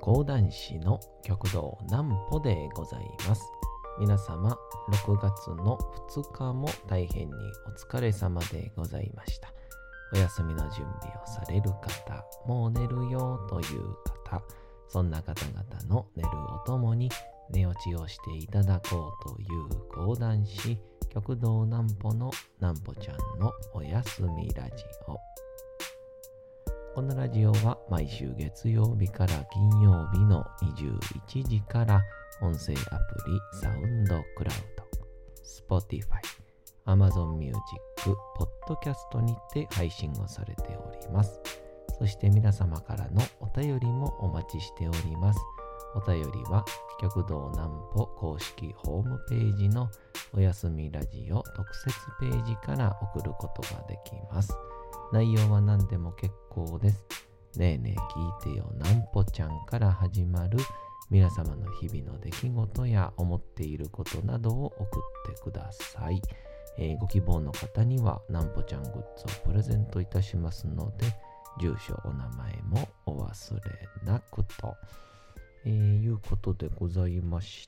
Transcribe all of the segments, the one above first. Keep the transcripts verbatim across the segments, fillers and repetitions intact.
講談師の極道南歩でございます。皆様ろくがつのふつかも大変にお疲れ様でございました。お休みの準備をされる方、もう寝るよという方、そんな方々の寝るおともに寝落ちをしていただこうという講談師極道南歩の南歩ちゃんのおやすみラジオ。このラジオは毎週月曜日から金曜日のにじゅういちじから音声アプリサウンドクラウド、Spotify、Amazon Music、Podcast にて配信をされております。そして皆様からのお便りもお待ちしております。お便りは極道南歩公式ホームページのおやすみラジオ特設ページから送ることができます。内容は何でも結構です。ねえねえ聞いてよ南歩ちゃんから始まる皆様の日々の出来事や思っていることなどを送ってください。えー、ご希望の方には南歩ちゃんグッズをプレゼントいたしますので、住所お名前もお忘れなくと、えー、いうことでございまして、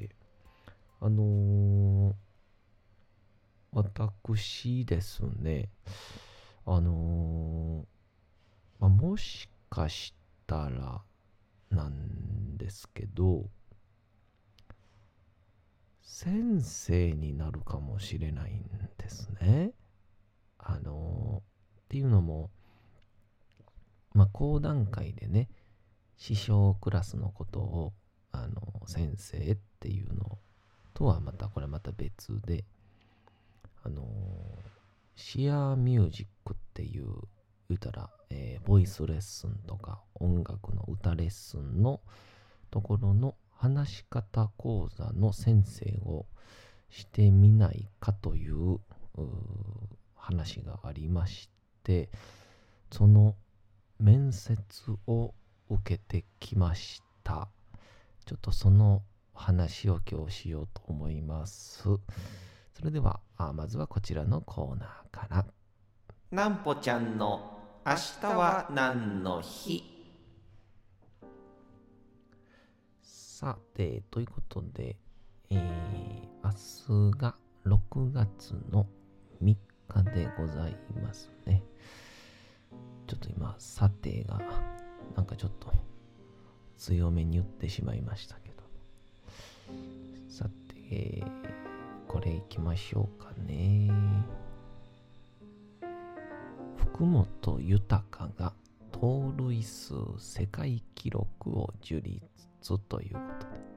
あのー、私ですね、あのーまあ、もしかしたらなんですけど、先生になるかもしれないんですね。あのー、っていうのも、まあ、講談会でね、師匠クラスのことを、あのー、先生っていうのとはまた、これまた別で、あのー、シアミュージックっていう言うたら、えー、ボイスレッスンとか音楽の歌レッスンのところの話し方講座の先生をしてみないかという、う話がありまして、その面接を受けてきました。ちょっとその話を今日しようと思います。それではあまずはこちらのコーナーから。南歩ちゃんの明日は何の日。さて、ということで、えー、明日がろくがつのみっかでございますね。ちょっと今、さてが、なんかちょっと強めに言ってしまいましたけど。さて、これいきましょうかね。福本豊が盗塁数世界記録を樹立ということで、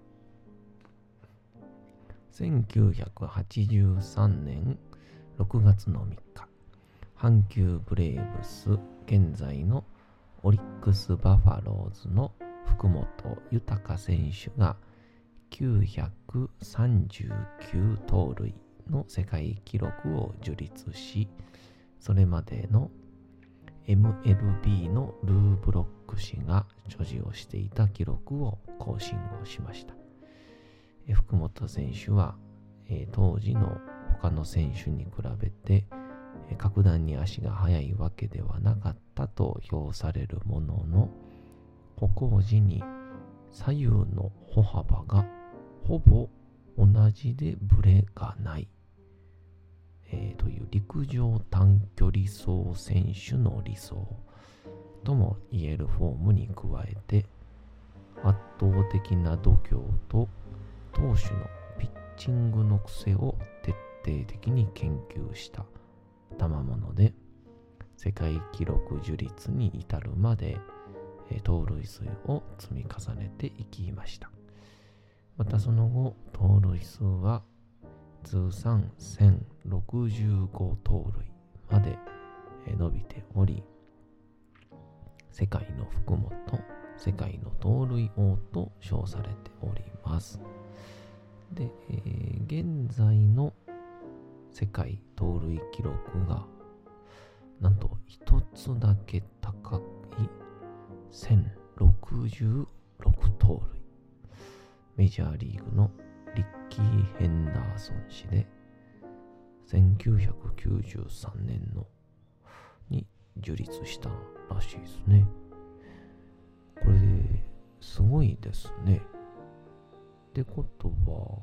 せんきゅうひゃくはちじゅうさんねんろくがつのみっか、阪急ブレーブス現在のオリックスバファローズの福本豊選手がきゅうひゃくさんじゅうきゅう盗塁の世界記録を樹立し、それまでの エムエルビー のルーブロック氏が所持をしていた記録を更新をしました。え福本選手は、えー、当時の他の選手に比べて、えー、格段に足が速いわけではなかったと評されるものの、歩行時に左右の歩幅がほぼ同じでブレがない、えー、という陸上短距離走選手の理想とも言えるフォームに加えて、圧倒的な度胸と投手のピッチングの癖を徹底的に研究した賜物で、世界記録樹立に至るまで、えー、盗塁数を積み重ねていきました。またその後、盗塁数は通算せんろくじゅうご盗塁まで伸びており、世界の福本、世界の盗塁王と称されております。で、えー、現在の世界盗塁記録がなんと一つだけ高いせんろくじゅうろく盗塁。メジャーリーグのリッキー・ヘンダーソン氏でせんきゅうひゃくきゅうじゅうさんねんのに樹立したらしいですね。これですごいですね。ってことは、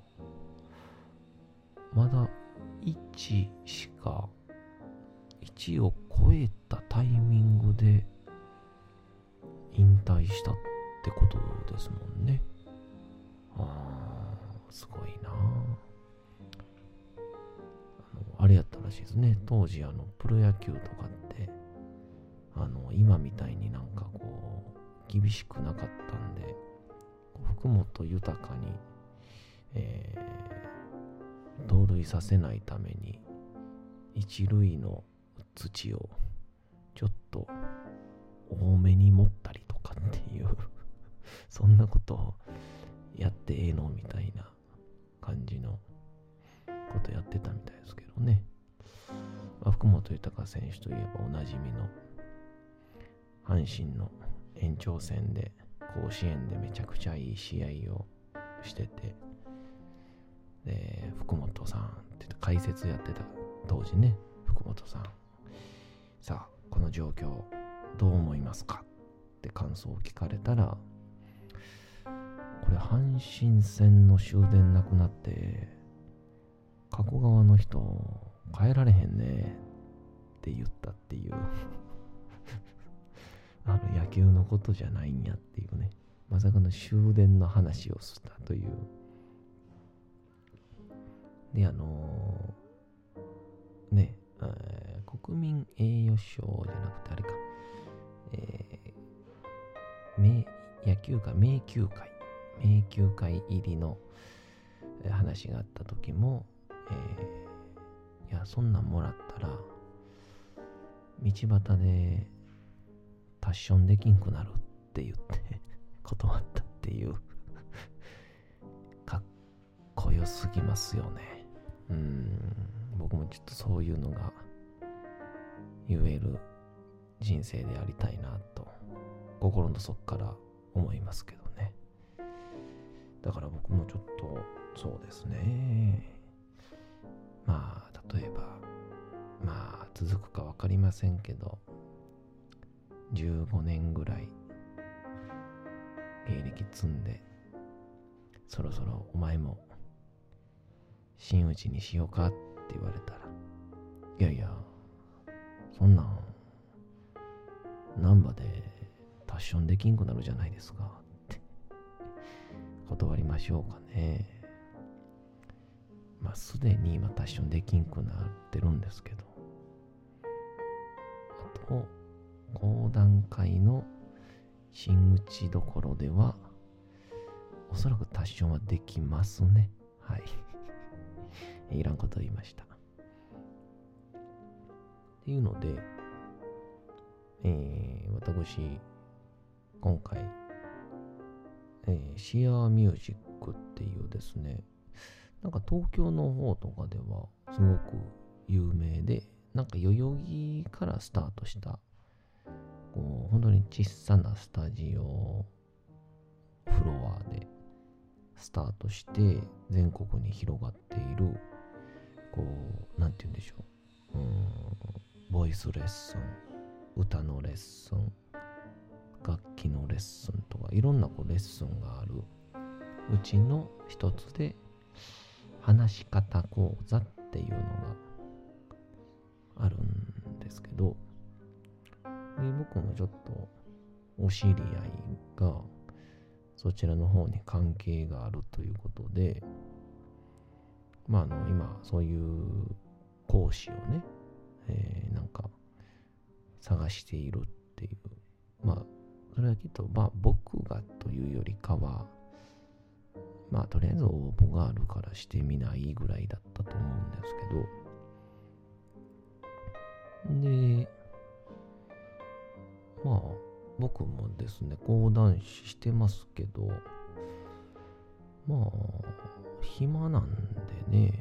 まだいちしか、いちを超えたタイミングで引退したってことですもんね。あー、すごいな。あの、あれやったらしいですね。当時、あの、プロ野球とかって、あの、今みたいになんかこう、厳しくなかったんで、福本豊に、えー、盗塁させないために、一塁の土をちょっと多めに持ったりとかっていうそんなことをやってええのみたいな感じのことやってたみたいですけどね。まあ、福本豊選手といえばおなじみの阪神の延長戦で甲子園でめちゃくちゃいい試合をしてて、で福本さんって解説やってた当時ね、福本さん、さあこの状況どう思いますかって感想を聞かれたら、これ阪神戦の終電なくなって加古川の人帰られへんねって言ったっていうあの野球のことじゃないんやっていうね、まさかの終電の話をしたという。で、あのー、ね、えー、国民栄誉賞じゃなくてあれか、えー、名野球界名球会名球会入りの話があった時も、えー、いやそんなんもらったら道端でタッションできんくなるって言って断ったっていうかっこよすぎますよね。うーん、僕もちょっとそういうのが言える人生でありたいなと心の底から思いますけどね。だから僕もちょっとそうですね、まあ例えばまあ続くか分かりませんけどじゅうごねんぐらい芸歴積んで、そろそろお前も真打ちにしようかって言われたら、いやいやそんなん難波でタッションできんくなるじゃないですかって断りましょうかね。まあすでに今タッションできんくなってるんですけど、あと講談会の真打ちどころではおそらくタッションはできますね。はいいらんこと言いましたっていうので、えー、私今回、えー、シアーミュージックっていうですね、なんか東京の方とかではすごく有名で、なんか代々木からスタートしたこう本当に小さなスタジオフロアでスタートして全国に広がっている、こうなんて言うんでしょう、うーんボイスレッスン、歌のレッスン、楽器のレッスンとかいろんなこうレッスンがあるうちの一つで話し方講座っていうのがあるんですけど、で僕もちょっとお知り合いがそちらの方に関係があるということで、まああの今そういう講師をね、えー、なんか探しているっていう、まあそれはきっとまあ僕がというよりかは、まあとりあえず応募があるからしてみないぐらいだったと思うんですけど、でまあ僕もですね講談師してますけど、まあ暇なんでね、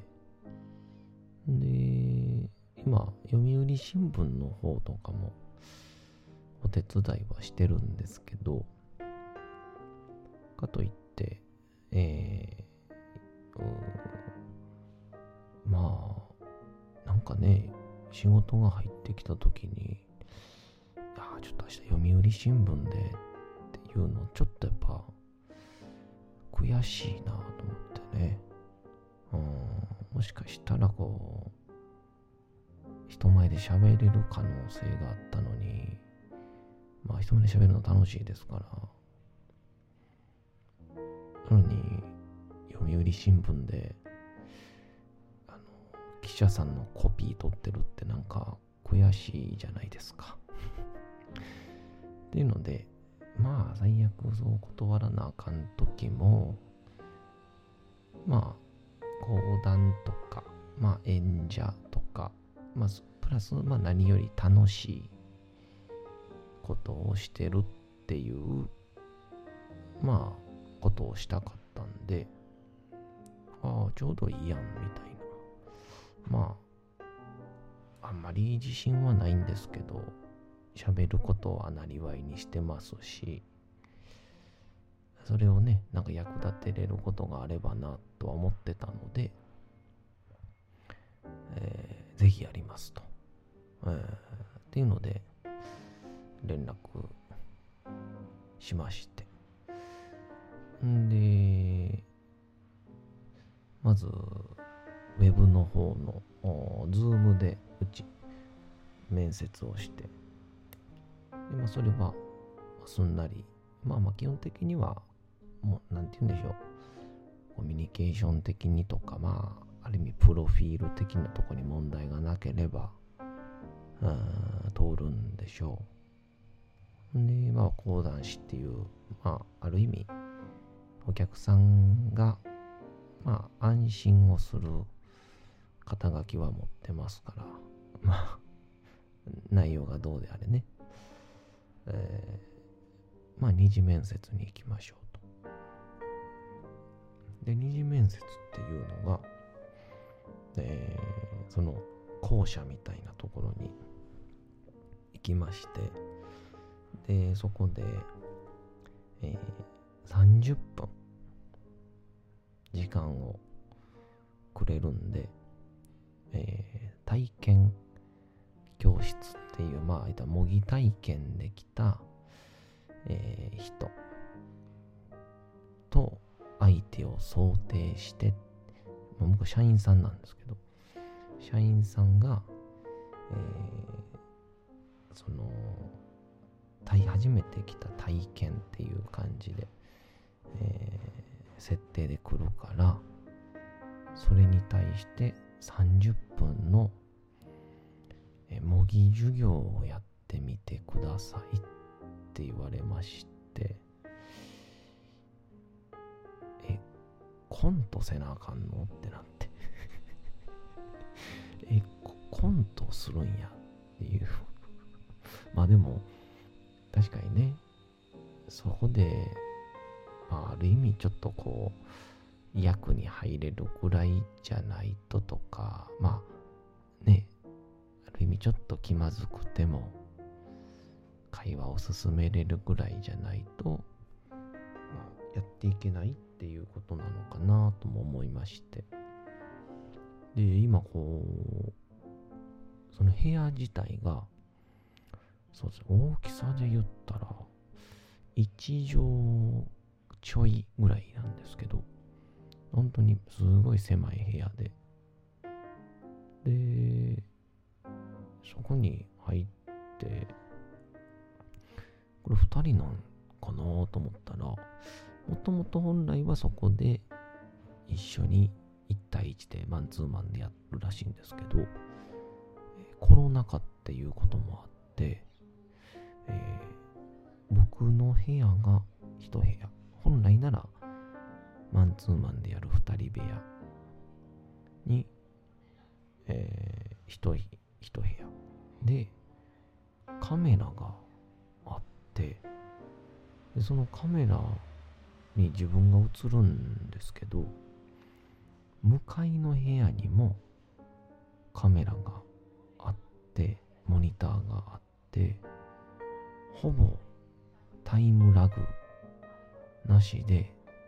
で今読売新聞の方とかもお手伝いはしてるんですけど、かといってえー、まあなんかね仕事が入ってきた時に、あちょっと明日読売新聞でっていうのちょっとやっぱ悔しいなと思ってね。うん、もしかしたらこう、人前で喋れる可能性があったのに、まあ人前で喋るの楽しいですから。なのに、読売新聞で、あの、記者さんのコピー取ってるってなんか悔しいじゃないですか。っていうので、まあ最悪そう断らなあかん時も、まあ講談とか、まあ演者とか、まあプラスまあ何より楽しいことをしてるっていうまあことをしたかったんで、ああちょうどいいやんみたいな。まああんまり自信はないんですけど、喋ることはなりわいにしてますし、それをね、なんか役立てれることがあればなとは思ってたので、えー、ぜひやりますと、えー、っていうので連絡しまして、んでまずウェブの方のズームでうち面接をして、で、まあ、それはすんなり、まあまあ基本的にはもうなんて言うんでしょう、コミュニケーション的にとか、まあある意味プロフィール的なところに問題がなければ通るんでしょう。で、まあ講談師っていう、まあある意味お客さんがまあ安心をする肩書きは持ってますから、まあ内容がどうであれね、えー、まあ二次面接に行きましょうと。で、二次面接っていうのが、えー、その校舎みたいなところに行きまして、でそこで、えー、さんじゅっぷん時間をくれるんで、えー、体験教室っていう、まあ模擬体験できた、えー、人と相手を想定して、まあ、僕は社員さんなんですけど、社員さんが、えー、その初めて来た体験っていう感じで、えー、設定で来るから、それに対してさんじゅっぷんの模擬授業をやってみてくださいって言われまして、え、コントせなあかんのってなってえ、コントするんやっていうまあでも確かにね、そこで、まあ、ある意味ちょっとこう役に入れるぐらいじゃないととか、まあね、ある意味ちょっと気まずくても会話を進めれるぐらいじゃないと、まあ、やっていけないっていうことなのかなとも思いまして、で今こうその部屋自体がそうです、大きさで言ったらいちじょうちょいぐらいなんですけど、本当にすごい狭い部屋で、でそこに入ってこれふたりなんかなと思ったら、もともと本来はそこで一緒にいち対いちでマンツーマンでやるらしいんですけど、コロナ禍っていうこともあって、えー、僕の部屋がいち部屋、本来ならマンツーマンでやるふたり部屋に、えー、1, 1部屋でカメラがあって、でそのカメラに自分が映るんですけど、向かいの部屋にもカメラがあって、モニターがあって、ほぼタイムラグなしで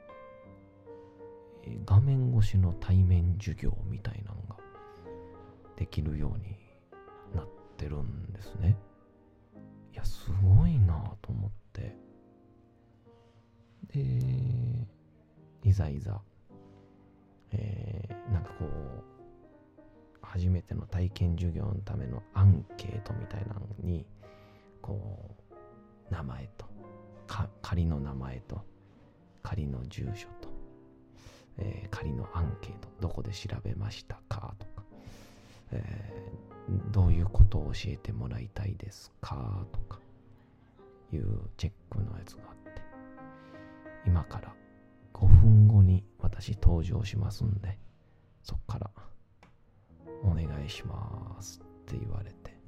画面越しの対面授業みたいなのができるようになってるんですね。いや、すごいなと思って、でいざいざ、えー、なんかこう初めての体験授業のためのアンケートみたいなのにこう名前とか仮の名前と仮の住所と、えー、仮のアンケートどこで調べましたかとか、えー、どういうことを教えてもらいたいですかとかいうチェックのやつがあって、今からごふんごに私登場しますんで、そっからお願いしますって言われて、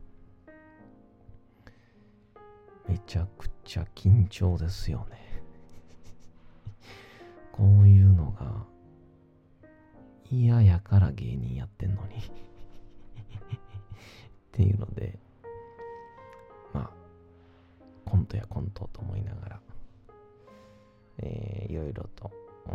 めちゃくちゃ緊張ですよね。こういうのが嫌やから芸人やってんのにっていうので、まあコントやコントと思いながら、えー、いろいろと、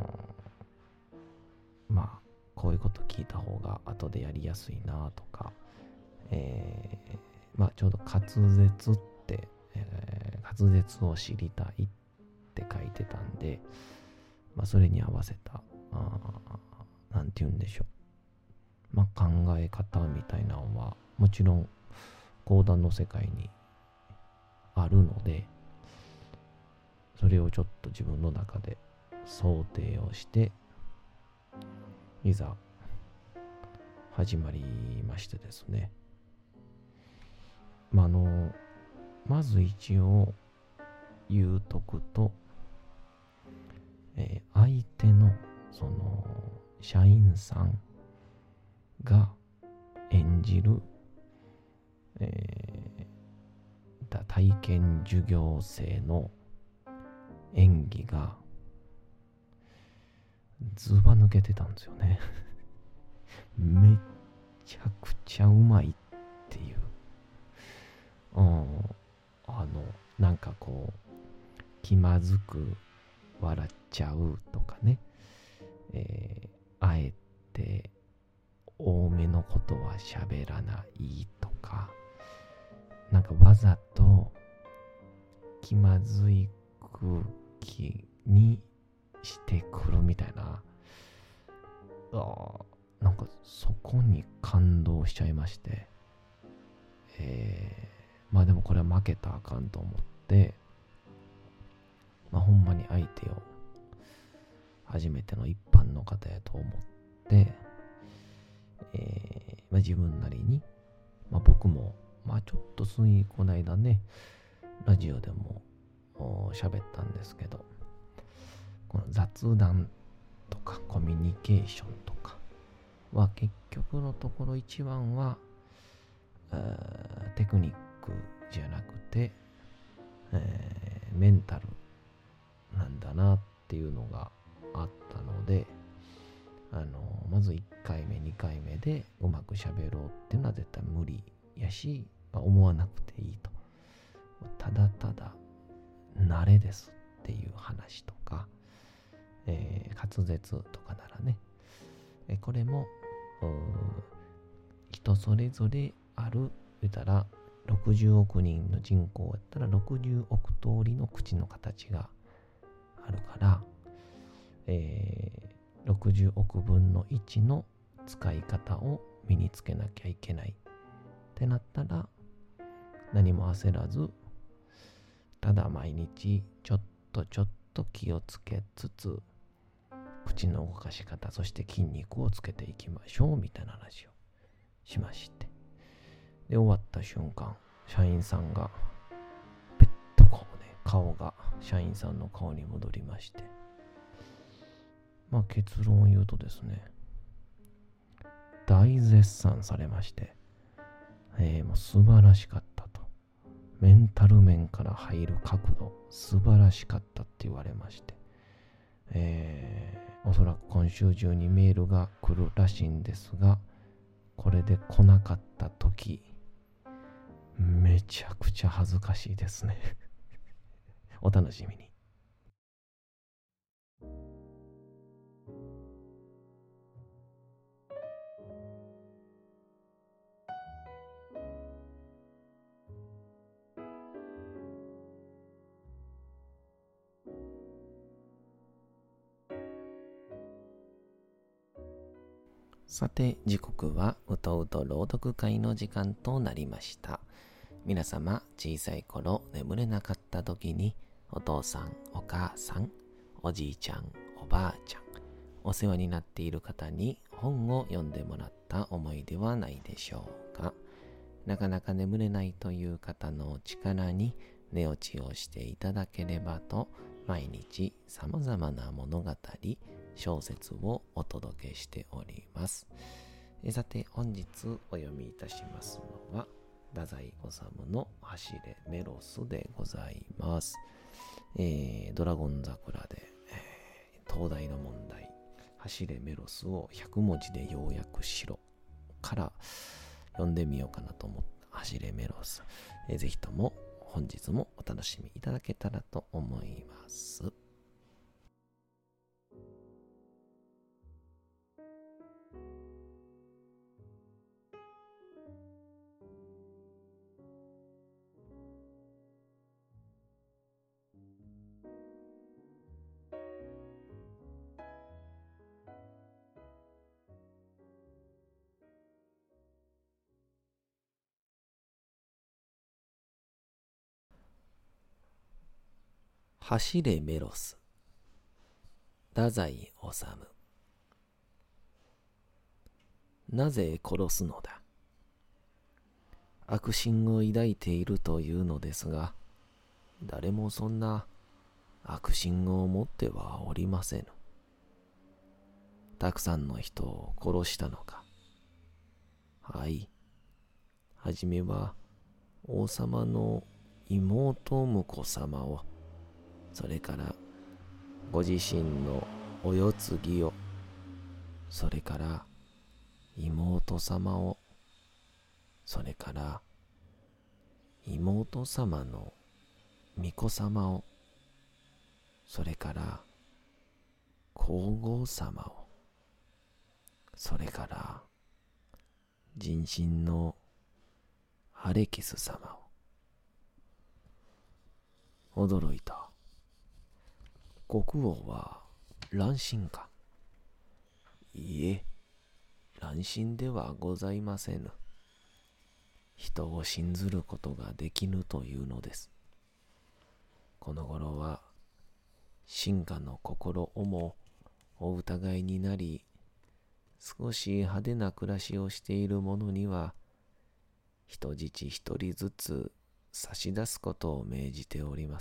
うん、まあこういうこと聞いた方が後でやりやすいなとか、えー、まあちょうど滑舌って、えー、滑舌を知りたいって書いてたんで、まあそれに合わせた、あなんて言うんでしょう、まあ考え方みたいなのはもちろん講談の世界にあるので、それをちょっと自分の中で想定をして、いざ始まりましてですね。まあ、あのまず一応言うとくと、えー、相手のその社員さんが演じる、えー、体験授業生の演技がずば抜けてたんですよね。めちゃくちゃうまいっていう、うん、あのなんかこう気まずく笑っちゃうとかね、えー、あえて多めのことは喋らないとか、なんかわざと気まずい空気にしてくるみたいな、あなんかそこに感動しちゃいまして、えー、まあでもこれは負けたらあかんと思って、まあほんまに相手を初めての一般の方やと思って、えーまあ、自分なりに、まあ、僕もまあちょっとついこないだねラジオでも喋ったんですけど、この雑談とかコミュニケーションとかは結局のところ一番はテクニックじゃなくて、えー、メンタルなんだなっていうのがあったので、あのまずいっかいめにかいめでうまく喋ろうっていうのは絶対無理やし、まあ、思わなくていいと、ただただ慣れですっていう話とか、えー、滑舌とかならね、えこれも人それぞれある、言ったらろくじゅうおくにんの人口やったらろくじゅうおく通りの口の形があるから、えー、ろくじゅうおくぶんのいちの使い方を身につけなきゃいけないってなったら、何も焦らず、ただ毎日ちょっとちょっと気をつけつつ口の動かし方、そして筋肉をつけていきましょうみたいな話をしまして、で終わった瞬間、社員さんがペッとこうね、顔が社員さんの顔に戻りまして、まあ結論を言うとですね、大絶賛されまして、えー、もう素晴らしかったと、メンタル面から入る角度素晴らしかったって言われまして、えー、おそらく今週中にメールが来るらしいんですが、これで来なかった時めちゃくちゃ恥ずかしいですねお楽しみに。 さて、時刻はうとうと朗読会の時間となりました。皆様、小さい頃眠れなかった時に、お父さん、お母さん、おじいちゃん、おばあちゃん、お世話になっている方に本を読んでもらった思いではないでしょうか。なかなか眠れないという方の力に寝落ちをしていただければと、毎日さまざまな物語、小説をお届けしております。えさて、本日お読みいたしますのは、太宰治の走れメロスでございます。えー、ドラゴン桜で、えー、東大の問題、走れメロスをひゃくもじで要約しろから読んでみようかなと思った走れメロス。えー、ぜひとも本日もお楽しみいただけたらと思います。走れメロス、太宰治。なぜ殺すのだ。悪心を抱いているというのですが、誰もそんな悪心を持ってはおりませぬ。たくさんの人を殺したのか。はい。はじめは王様の妹婿様を、それからご自身のお世継ぎを、それから妹様を、それから妹様の巫女様を、それから皇后様を、それから人心のアレキス様を。驚いた。国王は乱心か。いいえ、乱心ではございませぬ。人を信ずることができぬというのです。この頃は臣下の心をもお疑いになり、少し派手な暮らしをしている者には人質一人ずつ差し出すことを命じております。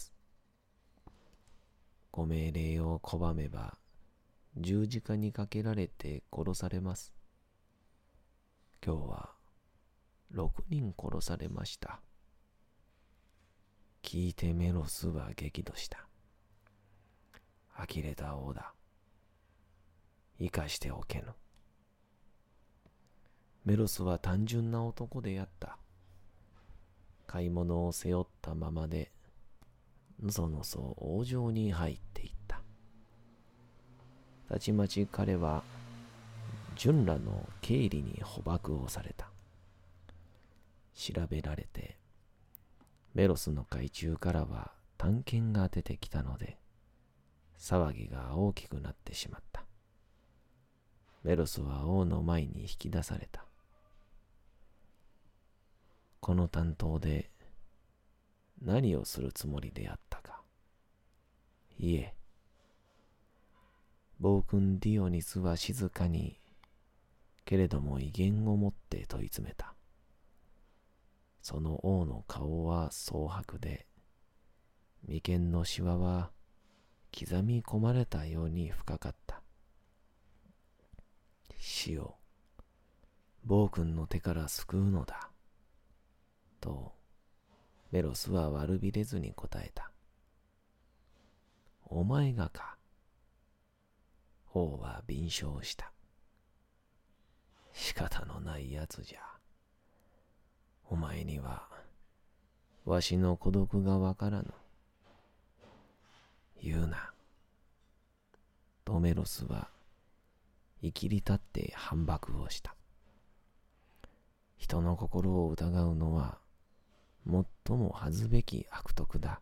ご命令を拒めば十字架にかけられて殺されます。今日は六人殺されました。聞いてメロスは激怒した。呆れた王だ。生かしておけぬ。メロスは単純な男であった。買い物を背負ったままで、のそのそ王城に入っていった。たちまち彼は、純らの経理に捕獲をされた。調べられて、メロスの懐中からは短剣が出てきたので、騒ぎが大きくなってしまった。メロスは王の前に引き出された。この担当で何をするつもりであったか。いえ、暴君ディオニスは静かに、けれども威厳を持って問い詰めた。その王の顔は蒼白で、眉間のシワは刻み込まれたように深かった。死を暴君の手から救うのだ。と、メロスは悪びれずに答えた。お前がか。王は便笑した。仕方のないやつじゃ。お前には、わしの孤独がわからぬ。言うな。とメロスは、いきり立って反駁をした。人の心を疑うのは、最も恥ずべき悪徳だ。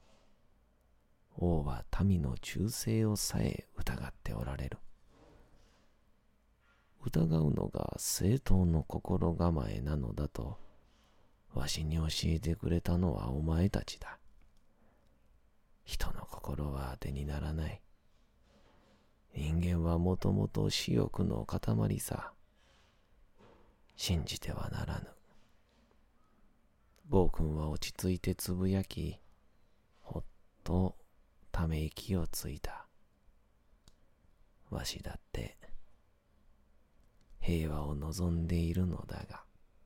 王は民の忠誠をさえ疑っておられる。 疑うのが正当の心構えなのだと、わしに教えてくれたのはお前たちだ。人の心は当てにならない。人間はもともと私欲の塊さ。信じてはならぬ。暴君は落ち着いてつぶやき、ほっとため息をついた。わしだって平和を望んでいるのだが。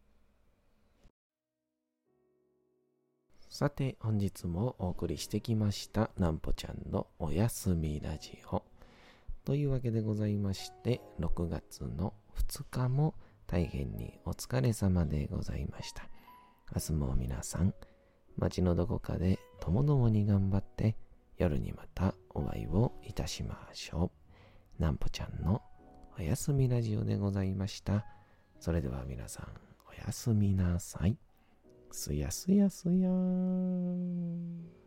さて本日もお送りしてきましたなんぽちゃんのおやすみラジオというわけでございまして、ろくがつのふつかも大変にお疲れ様でございました。明日も皆さん街のどこかでともどもに頑張って夜にまたお会いをいたしましょう。なんぽちゃんのおやすみラジオでございました。それでは皆さんおやすみなさい。すやすやすやーん。